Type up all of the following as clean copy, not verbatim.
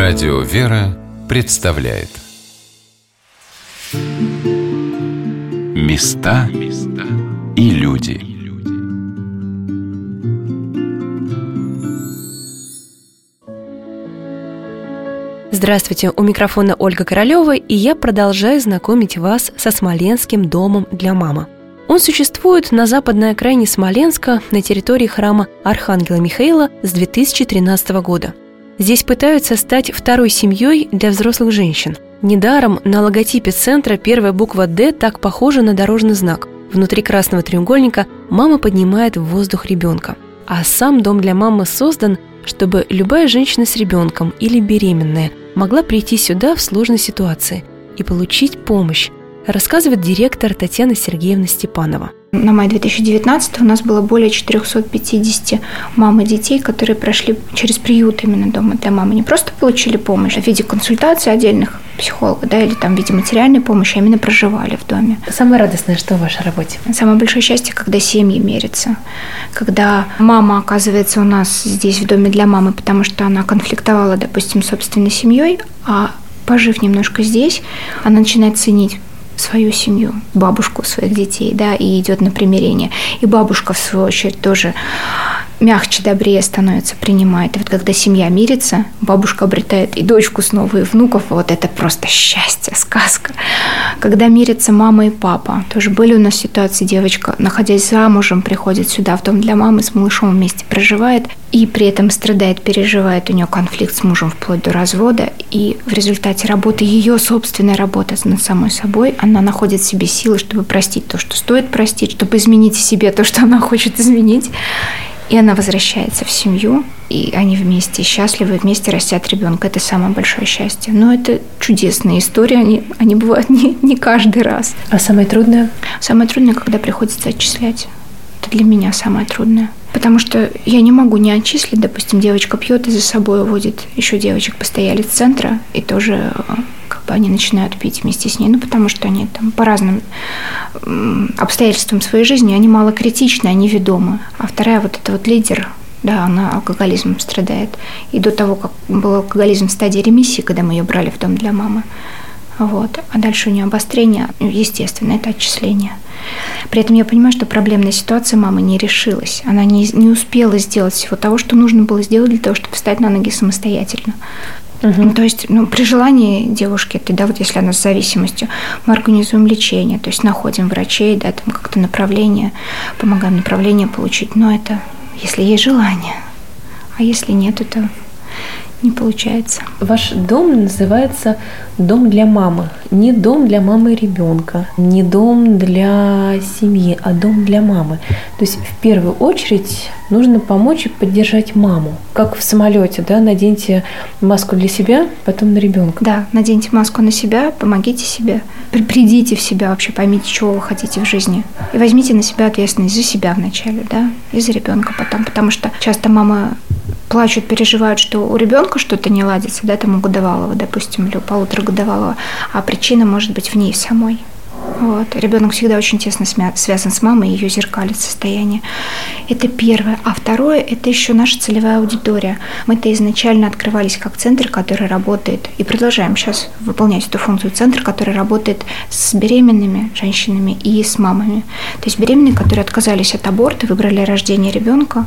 Радио «Вера» представляет Места и люди. Здравствуйте, у микрофона Ольга Королева, и я продолжаю знакомить вас со Смоленским домом для мамы. Он существует на западной окраине Смоленска на территории храма Архангела Михаила с 2013 года. Здесь пытаются стать второй семьей для взрослых женщин. Недаром на логотипе центра первая буква «Д» так похожа на дорожный знак. Внутри красного треугольника мама поднимает в воздух ребенка. А сам дом для мамы создан, чтобы любая женщина с ребенком или беременная могла прийти сюда в сложной ситуации и получить помощь, рассказывает директор Татьяна Сергеевна Степанова. На май 2019 у нас было более 450 мам и детей, которые прошли через приют именно дома для мамы. Не просто получили помощь в виде консультаций отдельных психологов, или там в виде материальной помощи, а именно проживали в доме. Самое радостное, что в вашей работе? Самое большое счастье, когда семьи мирятся, когда мама оказывается у нас здесь в доме для мамы, потому что она конфликтовала, допустим, с собственной семьей, а пожив немножко здесь, она начинает ценить свою семью, бабушку своих детей, и идет на примирение. И бабушка, в свою очередь, тоже мягче, добрее становится, принимает. И вот когда семья мирится, бабушка обретает и дочку снова, и внуков. Вот это просто счастье, сказка. Когда мирятся мама и папа. Тоже были у нас ситуации, девочка, находясь замужем, приходит сюда, в дом для мамы, с малышом вместе проживает, и при этом страдает, переживает, у нее конфликт с мужем вплоть до развода. И в результате работы, ее собственной работы над самой собой, она находит в себе силы, чтобы простить то, что стоит простить, чтобы изменить в себе то, что она хочет изменить. И она возвращается в семью, и они вместе счастливы, вместе растят ребенка. Это самое большое счастье. Но это чудесные истории, они бывают не каждый раз. А самое трудное? Самое трудное, когда приходится отчислять. Это для меня самое трудное. Потому что я не могу не отчислить. Допустим, девочка пьет и за собой уводит еще девочек постоялец центра, и тоже они начинают пить вместе с ней, потому что они там по разным обстоятельствам своей жизни, они малокритичны, они ведомы. А вторая лидер, она алкоголизмом страдает. И до того, как был алкоголизм в стадии ремиссии, когда мы ее брали в дом для мамы, а дальше у нее обострение, естественно, это отчисление. При этом я понимаю, что проблемная ситуация мамы не решилась. Она не успела сделать всего того, что нужно было сделать для того, чтобы встать на ноги самостоятельно. То есть, при желании девушки, если она с зависимостью, мы организуем лечение, то есть находим врачей, как-то направление, помогаем направление получить. Но это если есть желание, а если нет, это не получается. Ваш дом называется «Дом для мамы». Не дом для мамы и ребенка, не дом для семьи, а дом для мамы. То есть в первую очередь нужно помочь и поддержать маму. Как в самолете, наденьте маску для себя, потом на ребенка. Да, наденьте маску на себя, помогите себе, придите в себя вообще, поймите, чего вы хотите в жизни. И возьмите на себя ответственность за себя вначале, и за ребенка потом. Потому что часто мамы плачут, переживают, что у ребенка что-то не ладится, там у годовалого, допустим, или у полуторагодовалого, а причина может быть в ней самой. Ребенок всегда очень тесно связан с мамой, ее зеркалит состояние. Это первое. А второе, это еще наша целевая аудитория. Мы-то изначально открывались как центр, который работает, и продолжаем сейчас выполнять эту функцию, центр, который работает с беременными женщинами и с мамами. То есть беременные, которые отказались от аборта, выбрали рождение ребенка,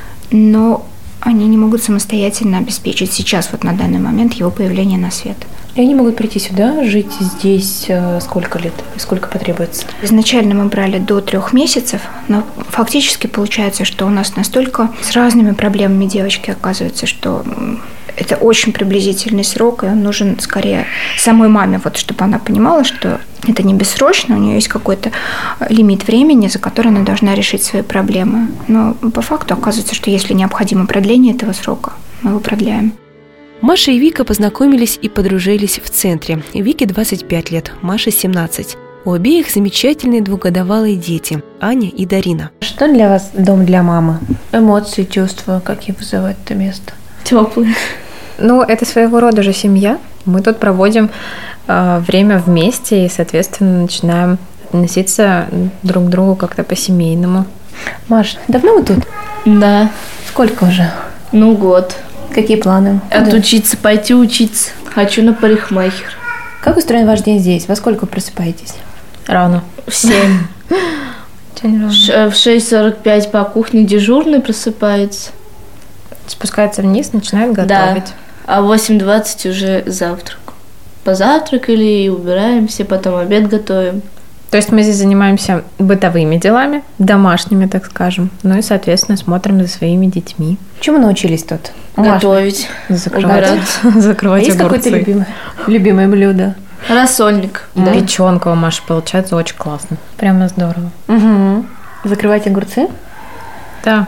но они не могут самостоятельно обеспечить сейчас, на данный момент, его появление на свет. И они могут прийти сюда, жить здесь сколько лет и сколько потребуется? Изначально мы брали до 3 месяцев, но фактически получается, что у нас настолько с разными проблемами девочки оказывается, что это очень приблизительный срок, и он нужен скорее самой маме, чтобы она понимала, что это не бессрочно, у нее есть какой-то лимит времени, за который она должна решить свои проблемы. Но по факту оказывается, что если необходимо продление этого срока, мы его продляем. Маша и Вика познакомились и подружились в центре. Вике 25 лет, Маше 17. У обеих замечательные двухгодовалые дети – Аня и Дарина. Что для вас дом для мамы? Эмоции, чувства, какие вызывает это место? Теплые. Это своего рода же семья. Мы тут проводим время вместе и, соответственно, начинаем относиться друг к другу как-то по-семейному. Маш, давно вы тут? Да. Сколько уже? Год. Какие планы? Отучиться, пойти учиться. Хочу на парикмахер. Как устроен ваш день здесь? Во сколько просыпаетесь? Рано. В 7. Очень рано. В 6:45 по кухне дежурный просыпается. Спускается вниз, начинает Да. готовить. А в 8:20 уже завтрак. Позавтракали и убираемся, потом обед готовим. То есть мы здесь занимаемся бытовыми делами, домашними, так скажем. Ну и, соответственно, смотрим за своими детьми. Чему научились тут? Маша, Готовить. Закрывать, Убирать. закрывать есть огурцы. какое-то любимое блюдо? Рассольник. Да? Печенка у Маши получается очень классно. Прямо здорово. Угу. Закрывать огурцы? Да.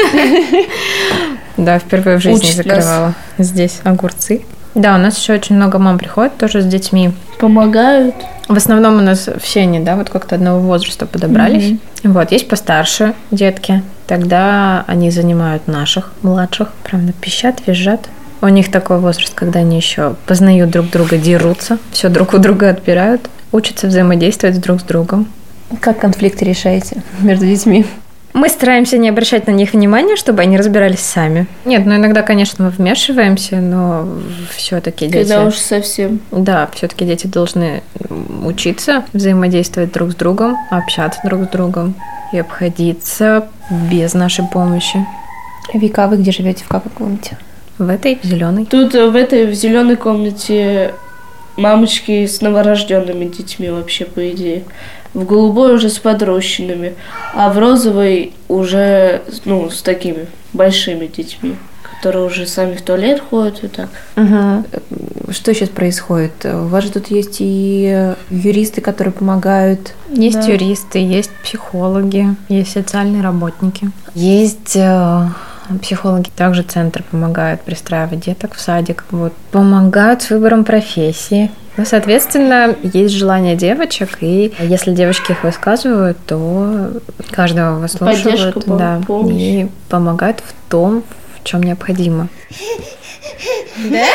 Да, впервые в жизни Учит нас. закрывала здесь огурцы. Да, у нас еще очень много мам приходит тоже с детьми. Помогают. В основном у нас все они, да, вот как-то одного возраста подобрались. Вот, есть постарше детки. Тогда они занимают наших младших. Прям пищат, визжат. У них такой возраст, когда они еще познают друг друга, дерутся, все друг у друга отбирают, учатся взаимодействовать друг с другом. Как конфликты решаете между детьми? Мы стараемся не обращать на них внимания, чтобы они разбирались сами. Нет, ну иногда, конечно, мы вмешиваемся, но все-таки дети... Когда уж совсем. Да, все-таки дети должны учиться взаимодействовать друг с другом, общаться друг с другом и обходиться без нашей помощи. Вика, а вы где живете? В какой комнате? В этой, в зеленой. Тут в зеленой комнате мамочки с новорожденными детьми вообще, по идее. В голубой уже с подрощенными, а в розовой уже, с такими большими детьми, которые уже сами в туалет ходят и так. Угу. Что сейчас происходит? У вас же тут есть и юристы, которые помогают. Есть Да. юристы, есть психологи, есть социальные работники. Есть психологи. Также центр помогает пристраивать деток в садик. Вот. Помогают с выбором профессии. Ну, соответственно, есть желание девочек, и если девочки их высказывают, то каждого выслушивают, Поддержка, да, помощь. и помогают в том, в чем необходимо. Да?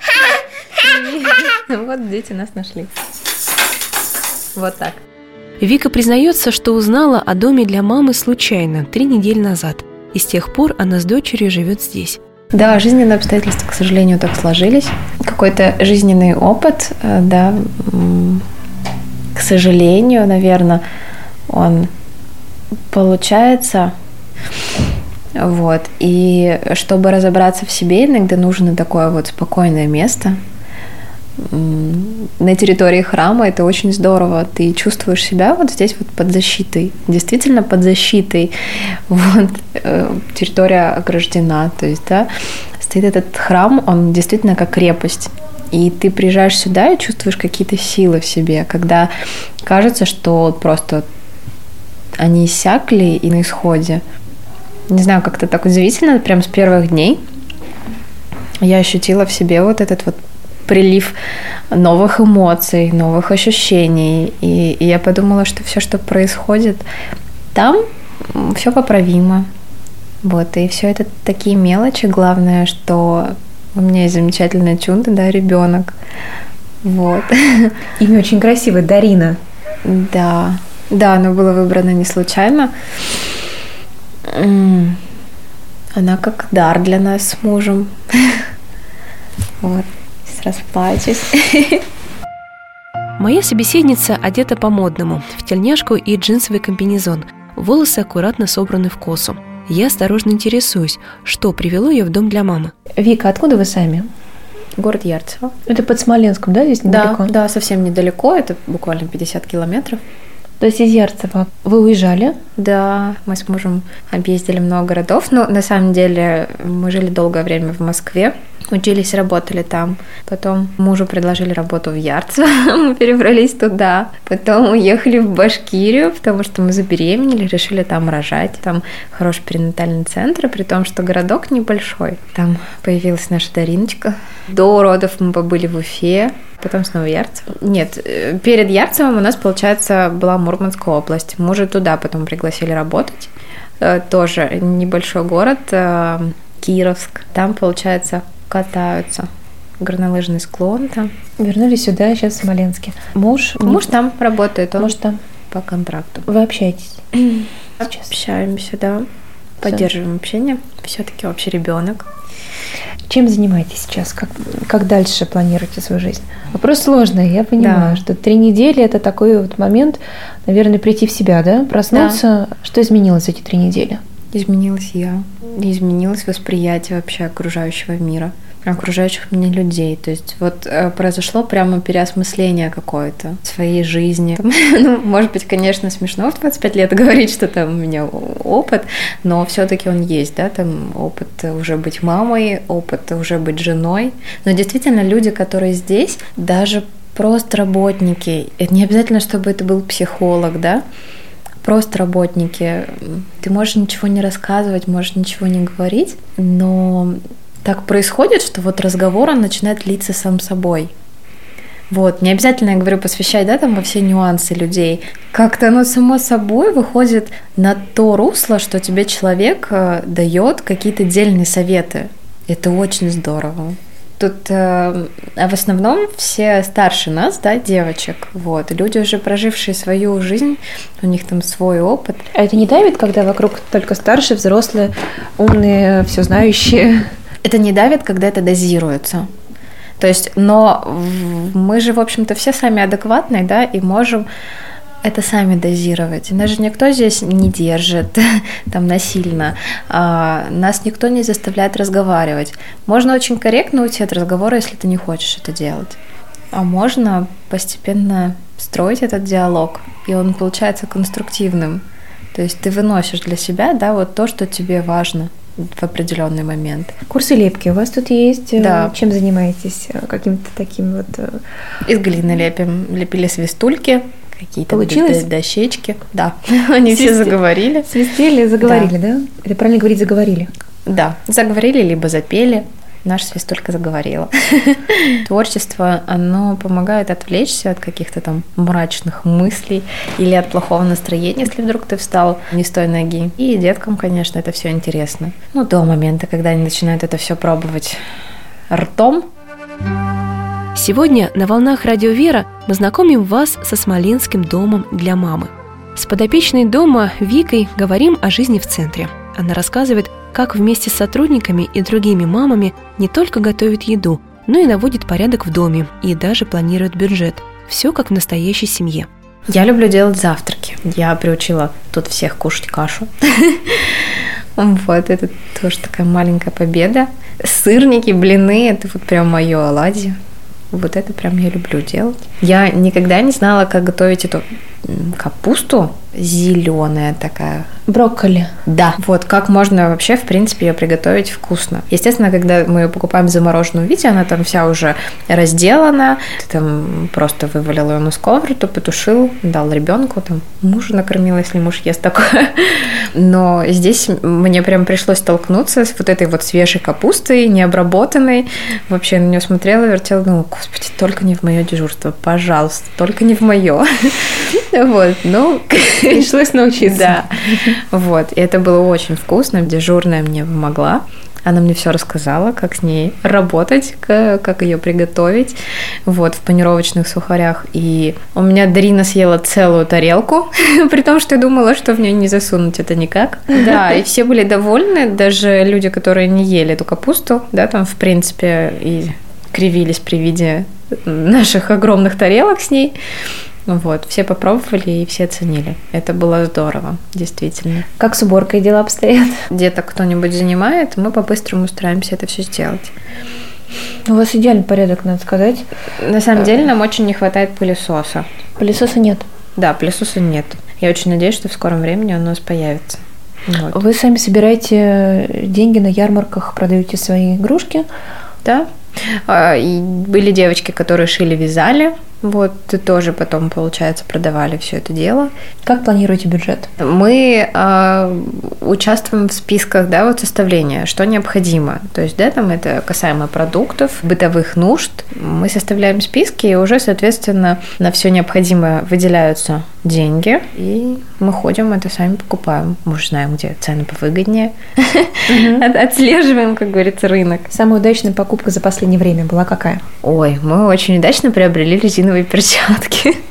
Вот дети нас нашли. Вот так. Вика признается, что узнала о доме для мамы случайно 3 недели назад. И с тех пор она с дочерью живет здесь. Да, жизненные обстоятельства, к сожалению, так сложились. Какой-то жизненный опыт, да, к сожалению, наверное, он получается. Вот. И чтобы разобраться в себе, иногда нужно такое вот спокойное место. На территории храма это очень здорово. Ты чувствуешь себя вот здесь вот под защитой. Действительно под защитой. Вот. Территория ограждена. То есть, да, стоит этот храм, он действительно как крепость. И ты приезжаешь сюда и чувствуешь какие-то силы в себе, когда кажется, что просто они иссякли и на исходе. Не знаю, как-то так удивительно, прям с первых дней я ощутила в себе вот этот вот прилив новых эмоций, новых ощущений. И я подумала, что все, что происходит там, все поправимо. Вот, и все это такие мелочи. Главное, что у меня есть замечательное чудо, да, ребенок. Вот. Имя очень красивое, Дарина. Да, оно было выбрано не случайно. Она как дар для нас с мужем. Вот. Расплачусь. Моя собеседница одета по-модному, в тельняшку и джинсовый комбинезон. Волосы аккуратно собраны в косу. Я осторожно интересуюсь, что привело ее в дом для мамы. Вика, откуда вы сами? Город Ярцево. Это под Смоленском, да, здесь недалеко? Да, совсем недалеко. Это буквально 50 километров. То есть из Ярцева вы уезжали? Да, мы с мужем объездили много городов. Но на самом деле мы жили долгое время в Москве. Учились, работали там. Потом мужу предложили работу в Ярцево. Мы перебрались туда. Потом уехали в Башкирию, потому что мы забеременели, решили там рожать. Там хороший перинатальный центр, при том, что городок небольшой. Там появилась наша Дариночка. До родов мы побыли в Уфе. Потом снова Ярцево. Нет, перед Ярцевом у нас, получается, была Мурманская область. Мужа туда потом пригласили работать. Тоже небольшой город, Кировск. Там, получается, катаются. Горнолыжный склон там. Вернулись сюда, сейчас в Смоленске. Муж Там работает, он Муж там. по контракту. Вы общаетесь? Общаемся, да. Поддерживаем общение. Все-таки общий ребенок. Чем занимаетесь сейчас? Как дальше планируете свою жизнь? Вопрос сложный, я понимаю, что 3 недели – это такой вот момент, наверное, прийти в себя, да? Проснуться. Да. Что изменилось за эти 3 недели? Изменилась я. Изменилось восприятие вообще окружающего мира, окружающих меня людей. То есть вот произошло прямо переосмысление какое-то своей жизни. Ну, может быть, конечно, смешно в 25 лет говорить, что там у меня опыт, но все-таки он есть, да, там опыт уже быть мамой, опыт уже быть женой. Но действительно люди, которые здесь, даже просто работники, это не обязательно, чтобы это был психолог, да, просто работники. Ты можешь ничего не рассказывать, можешь ничего не говорить, но так происходит, что вот разговор, он начинает литься сам собой. Вот, не обязательно, я говорю, посвящать, да, там во все нюансы людей. Как-то оно само собой выходит на то русло, что тебе человек дает какие-то дельные советы. Это очень здорово. Тут в основном все старше нас, да, девочек, вот, люди уже прожившие свою жизнь, у них там свой опыт. А это не давит, когда вокруг только старшие, взрослые, умные, все знающие? Это не давит, когда это дозируется. То есть, но мы же, в общем-то, все сами адекватные, да, и можем это сами дозировать. Нас же никто здесь не держит там насильно, нас никто не заставляет разговаривать. Можно очень корректно уйти от разговора, если ты не хочешь это делать. А можно постепенно строить этот диалог, и он получается конструктивным. То есть ты выносишь для себя, да, вот то, что тебе важно в определенный момент. Курсы лепки у вас тут есть? Да. Чем занимаетесь? Каким-то таким вот... Из глины лепили свистульки, какие-то дощечки. Да, они все заговорили. Свистели, заговорили, да? Это правильно говорить, заговорили? Да, заговорили, либо запели. Наша свистулька заговорила. Творчество, оно помогает отвлечься от каких-то там мрачных мыслей или от плохого настроения, если вдруг ты встал не с той ноги. И деткам, конечно, это все интересно. Ну, до момента, когда они начинают это все пробовать ртом. Сегодня на «Волнах Радио Вера» мы знакомим вас со Смоленским домом для мамы. С подопечной дома Викой говорим о жизни в центре. Она рассказывает, как вместе с сотрудниками и другими мамами не только готовит еду, но и наводит порядок в доме и даже планирует бюджет. Все как в настоящей семье. Я люблю делать завтраки. Я приучила тут всех кушать кашу. Вот, это тоже такая маленькая победа. Сырники, блины – это вот прям мое оладье. Вот это прям я люблю делать. Я никогда не знала, как готовить эту капусту. Зеленая такая. Брокколи. Да. Вот как можно вообще, в принципе, ее приготовить вкусно. Естественно, когда мы ее покупаем в замороженном виде, она там вся уже разделана. Ты там просто вывалил ее на сковороду, потушил, дал ребенку, там мужа накормил, если муж ест такое. Но здесь мне прям пришлось столкнуться с вот этой вот свежей капустой, необработанной. Вообще я на нее смотрела, вертела, думала, господи, только не в мое дежурство, пожалуйста, только не в мое. Вот, ну... Пришлось научиться. Да. Вот, и это было очень вкусно. Дежурная мне помогла. Она мне все рассказала, как с ней работать, как ее приготовить. Вот, в панировочных сухарях. И у меня Дарина съела целую тарелку, при том, что я думала, что в нее не засунуть это никак. Да, и все были довольны, даже люди, которые не ели эту капусту, да, там, в принципе, и кривились при виде наших огромных тарелок с ней. Вот, все попробовали и все оценили. Это было здорово, действительно. Как с уборкой дела обстоят? Где-то кто-нибудь занимает, мы по-быстрому стараемся это все сделать. У вас идеальный порядок, надо сказать. На самом деле нам очень не хватает пылесоса. Пылесоса нет? Да, пылесоса нет. Я очень надеюсь, что в скором времени он у нас появится. Вот. Вы сами собираете деньги на ярмарках, продаете свои игрушки? Да. И были девочки, которые шили, вязали. Вот, тоже потом, получается, продавали все это дело. Как планируете бюджет? Мы участвуем в списках, да, вот составления, что необходимо. То есть, да, там это касаемо продуктов, бытовых нужд. Мы составляем списки, и уже, соответственно, на все необходимое выделяются деньги, и мы ходим, это сами покупаем. Мы уже знаем, где цены повыгоднее. Отслеживаем, как говорится, рынок. Самая удачная покупка за последнее время была какая? Ой, мы очень удачно приобрели резиновые перчатки.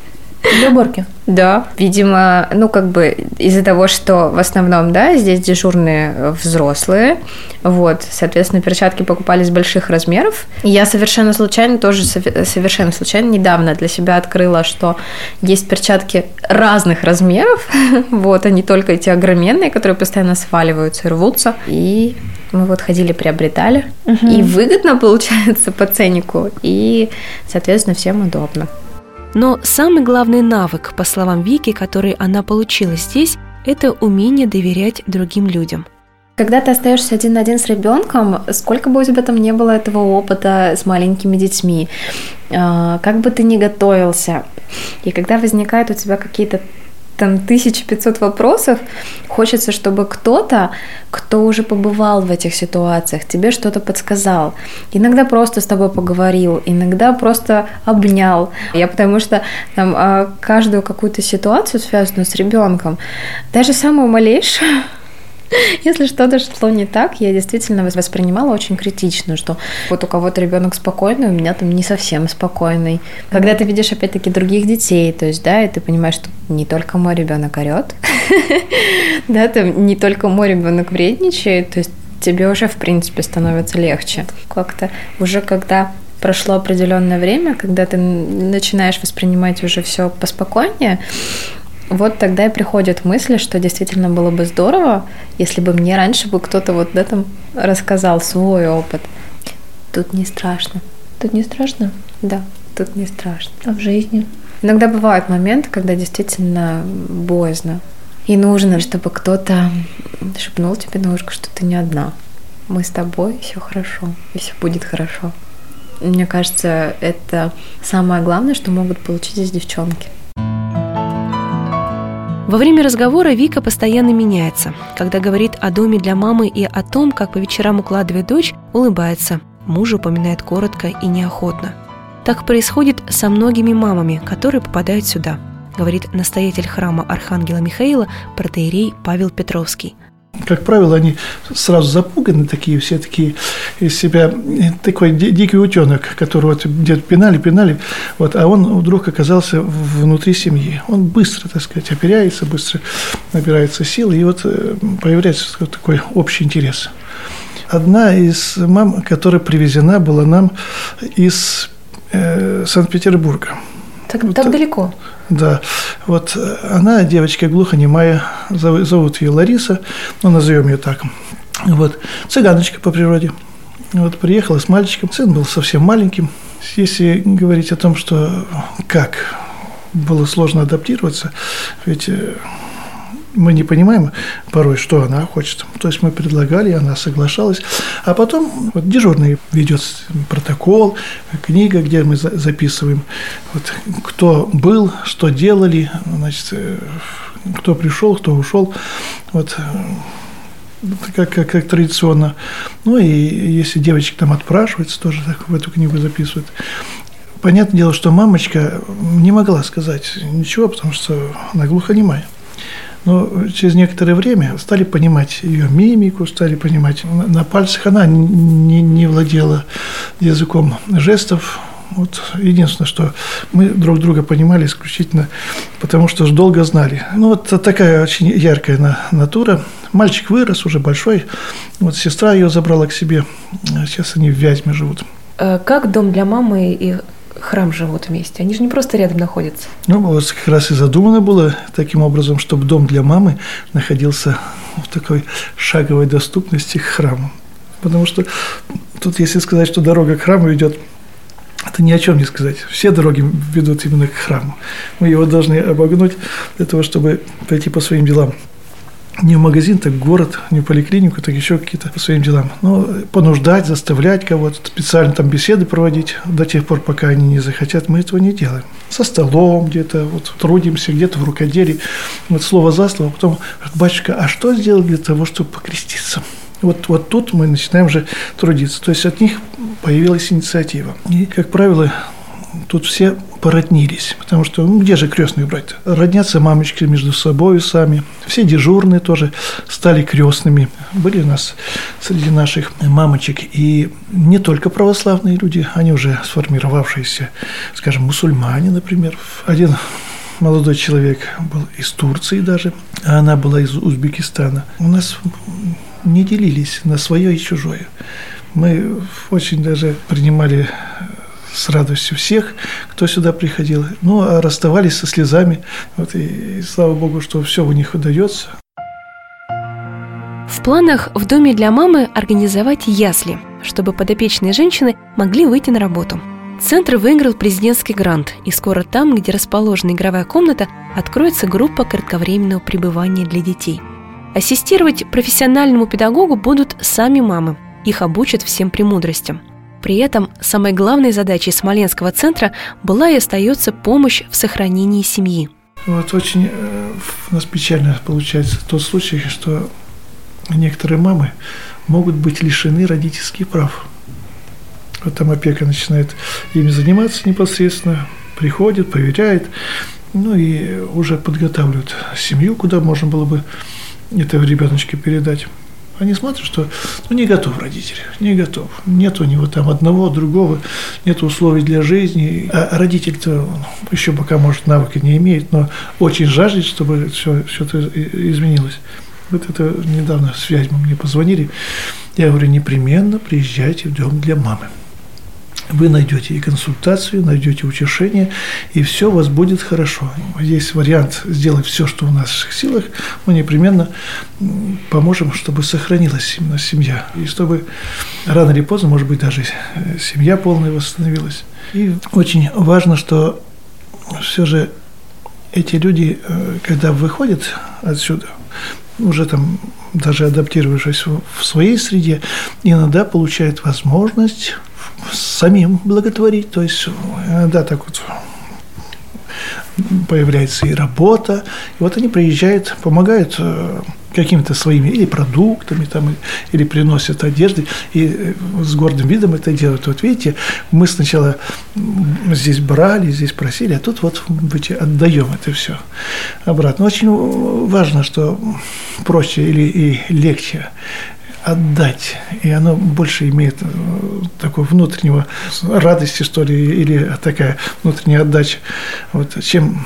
Для уборки. Да, видимо, из-за того, что в основном, да, здесь дежурные взрослые, вот, соответственно, перчатки покупались больших размеров. И я совершенно случайно недавно для себя открыла, что есть перчатки разных размеров, вот, а не только эти огроменные, которые постоянно сваливаются и рвутся. И мы вот ходили, приобретали, и выгодно получается по ценнику, и, соответственно, всем удобно. Но самый главный навык, по словам Вики, который она получила здесь, это умение доверять другим людям. Когда ты остаешься один на один с ребенком, сколько бы у тебя там не было этого опыта с маленькими детьми, как бы ты ни готовился, и когда возникают у тебя какие-то там 1500 вопросов, хочется, чтобы кто-то, кто уже побывал в этих ситуациях, тебе что-то подсказал. Иногда просто с тобой поговорил, иногда просто обнял. Я потому что там каждую какую-то ситуацию, связанную с ребенком, даже самую малейшую, если что-то шло не так, я действительно воспринимала очень критично, что вот у кого-то ребенок спокойный, у меня там не совсем спокойный. Когда ты видишь опять-таки других детей, то есть, да, и ты понимаешь, что не только мой ребенок орет, да, там не только мой ребенок вредничает, то есть тебе уже в принципе становится легче. Как-то уже когда прошло определенное время, когда ты начинаешь воспринимать уже все поспокойнее, вот тогда и приходят мысли, что действительно было бы здорово, если бы мне раньше бы кто-то вот там рассказал свой опыт. Тут не страшно. Тут не страшно? Да, тут не страшно. А в жизни? Иногда бывают моменты, когда действительно боязно. И нужно, чтобы кто-то шепнул тебе на ушко, что ты не одна. Мы с тобой, все хорошо, и все будет хорошо. Мне кажется, это самое главное, что могут получить здесь девчонки. Во время разговора Вика постоянно меняется. Когда говорит о доме для мамы и о том, как по вечерам укладывает дочь, улыбается. Мужа упоминает коротко и неохотно. Так происходит со многими мамами, которые попадают сюда, говорит настоятель храма Архангела Михаила протоиерей Павел Петровский. Как правило, они сразу запуганы, такие все такие из себя, такой дикий утенок, которого где-то пинали, вот, а он вдруг оказался внутри семьи. Он быстро, так сказать, оперяется, быстро набирается силы, и вот появляется такой общий интерес. Одна из мам, которая привезена была нам из Санкт-Петербурга. Так далеко? Да, вот она, девочка глухонемая, зовут ее Лариса, ну, назовем ее так. Вот, цыганочка по природе. Вот, приехала с мальчиком, сын был совсем маленьким. Если говорить о том, что как было сложно адаптироваться, ведь мы не понимаем порой, что она хочет. То есть мы предлагали, она соглашалась. А потом вот, дежурный ведет протокол, книга, где мы записываем, вот, кто был, что делали, значит, кто пришел, кто ушел. Вот, как традиционно. Ну и если девочек там отпрашивается, тоже так в эту книгу записывают. Понятное дело, что мамочка не могла сказать ничего, потому что она глухонемая. Но через некоторое время стали понимать ее мимику, стали понимать. На пальцах она не владела языком жестов. Вот единственное, что мы друг друга понимали исключительно потому, что долго знали. Ну, вот такая очень яркая натура. Мальчик вырос, уже большой. Вот сестра ее забрала к себе. Сейчас они в Вязьме живут. Как дом для мамы и храм живут вместе? Они же не просто рядом находятся. Ну, вот как раз и задумано было таким образом, чтобы дом для мамы находился в такой шаговой доступности к храму. Потому что тут, если сказать, что дорога к храму идет, это ни о чем не сказать. Все дороги ведут именно к храму. Мы его должны обогнуть для того, чтобы пойти по своим делам. Не в магазин, так в город, не в поликлинику, так еще какие-то по своим делам. Но понуждать, заставлять кого-то, специально там беседы проводить до тех пор, пока они не захотят, мы этого не делаем. Со столом где-то, вот трудимся, где-то в рукоделии. Вот слово за слово, потом, батюшка, а что сделать для того, чтобы покреститься? Вот тут мы начинаем же трудиться. То есть от них появилась инициатива. И, как правило, тут все породнились, потому что где же крестных брать? Роднятся мамочки между собой сами. Все дежурные тоже стали крестными. Были у нас среди наших мамочек и не только православные люди, они уже сформировавшиеся, скажем, мусульмане, например. Один молодой человек был из Турции даже, а она была из Узбекистана. У нас не делились на свое и чужое. Мы очень даже принимали с радостью всех, кто сюда приходил. Ну, а расставались со слезами. Вот, и слава Богу, что все у них удается. В планах в доме для мамы организовать ясли, чтобы подопечные женщины могли выйти на работу. Центр выиграл президентский грант, и скоро там, где расположена игровая комната, откроется группа кратковременного пребывания для детей. Ассистировать профессиональному педагогу будут сами мамы. Их обучат всем премудростям. При этом самой главной задачей Смоленского центра была и остается помощь в сохранении семьи. Вот очень у нас печально получается тот случай, что некоторые мамы могут быть лишены родительских прав. Вот там опека начинает ими заниматься непосредственно, приходит, проверяет, ну и уже подготавливают семью, куда можно было бы этого ребеночка передать. Они смотрят, что не готов родитель, не готов. Нет у него там одного, другого, нет условий для жизни. А родитель-то еще пока, может, навыка не имеет, но очень жаждет, чтобы все это изменилось. Вот это недавно с Вязьмой мне позвонили. Я говорю, непременно приезжайте в дом для мамы. Вы найдете и консультацию, найдете утешение, и все у вас будет хорошо. Есть вариант сделать все, что в наших силах. Мы непременно поможем, чтобы сохранилась именно семья. И чтобы рано или поздно, может быть, даже семья полная восстановилась. И очень важно, что все же эти люди, когда выходят отсюда, уже там даже адаптировавшись в своей среде, иногда получают возможность самим благотворить, то есть иногда так вот появляется и работа, и вот они приезжают, помогают какими-то своими или продуктами, там, или приносят одежды, и с гордым видом это делают. Вот видите, мы сначала здесь брали, здесь просили, а тут вот отдаем это все обратно. Очень важно, что проще и легче отдать, и оно больше имеет такой внутреннего радости, что ли, или такая внутренняя отдача, вот, чем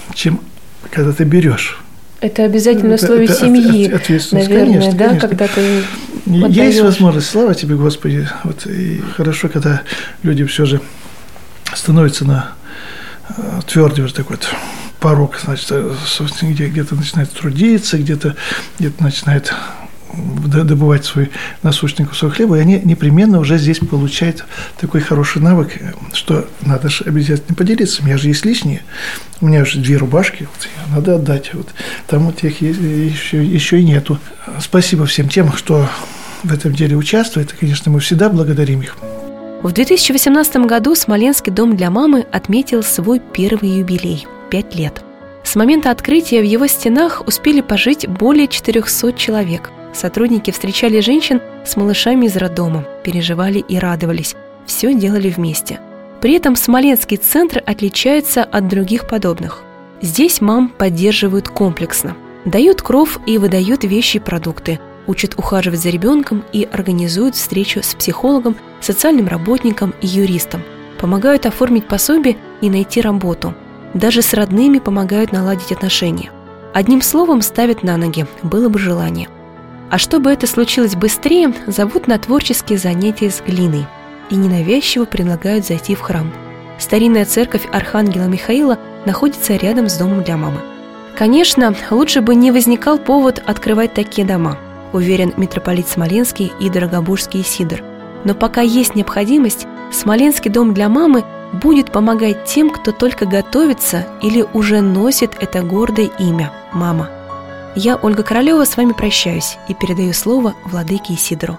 когда ты берешь. Это обязательно условие семьи, наверное, конечно, да, конечно. Когда ты отдаешь. Есть возможность, слава тебе, Господи, вот, и хорошо, когда люди все же становятся на твердый вот такой вот порог, значит, где-то начинает трудиться, где-то начинает добывать свой насущный кусок хлеба, и они непременно уже здесь получают такой хороший навык, что надо же обязательно поделиться. У меня же есть лишние, у меня же 2 рубашки, вот, надо отдать. Вот, там вот их еще и нету. Спасибо всем тем, кто в этом деле участвует, и, конечно, мы всегда благодарим их. В 2018 году Смоленский дом для мамы отметил свой первый юбилей – 5 лет. С момента открытия в его стенах успели пожить более 400 человек. Сотрудники встречали женщин с малышами из роддома, переживали и радовались, все делали вместе. При этом Смоленский центр отличается от других подобных. Здесь мам поддерживают комплексно, дают кров и выдают вещи и продукты, учат ухаживать за ребенком и организуют встречу с психологом, социальным работником и юристом, помогают оформить пособие и найти работу. Даже с родными помогают наладить отношения. Одним словом, ставят на ноги, было бы желание. А чтобы это случилось быстрее, зовут на творческие занятия с глиной и ненавязчиво предлагают зайти в храм. Старинная церковь Архангела Михаила находится рядом с домом для мамы. Конечно, лучше бы не возникал повод открывать такие дома, уверен митрополит Смоленский и Дорогобужский Сидор. Но пока есть необходимость, Смоленский дом для мамы будет помогать тем, кто только готовится или уже носит это гордое имя – мама. Я, Ольга Королева, с вами прощаюсь и передаю слово владыке Сидору.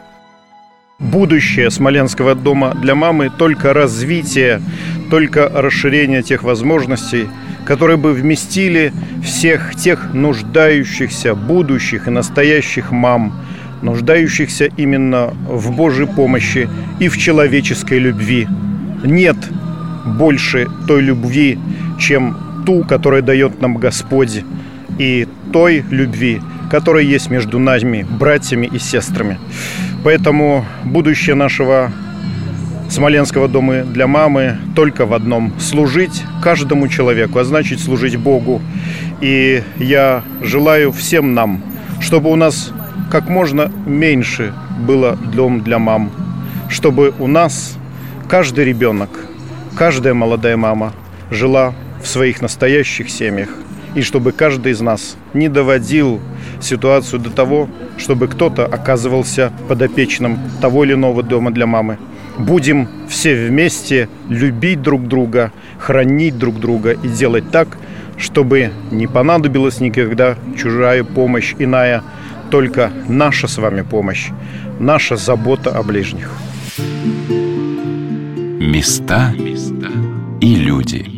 Будущее Смоленского дома для мамы – только развитие, только расширение тех возможностей, которые бы вместили всех тех нуждающихся, будущих и настоящих мам, нуждающихся именно в Божьей помощи и в человеческой любви. Нет больше той любви, чем ту, которую дает нам Господь, и той любви, которая есть между нами, братьями и сестрами. Поэтому будущее нашего Смоленского дома для мамы только в одном – служить каждому человеку, а значит служить Богу. И я желаю всем нам, чтобы у нас как можно меньше было дом для мам, чтобы у нас каждый ребенок, каждая молодая мама жила в своих настоящих семьях, и чтобы каждый из нас не доводил ситуацию до того, чтобы кто-то оказывался подопечным того или иного дома для мамы. Будем все вместе любить друг друга, хранить друг друга и делать так, чтобы не понадобилась никогда чужая помощь иная, только наша с вами помощь, наша забота о ближних. Места и люди.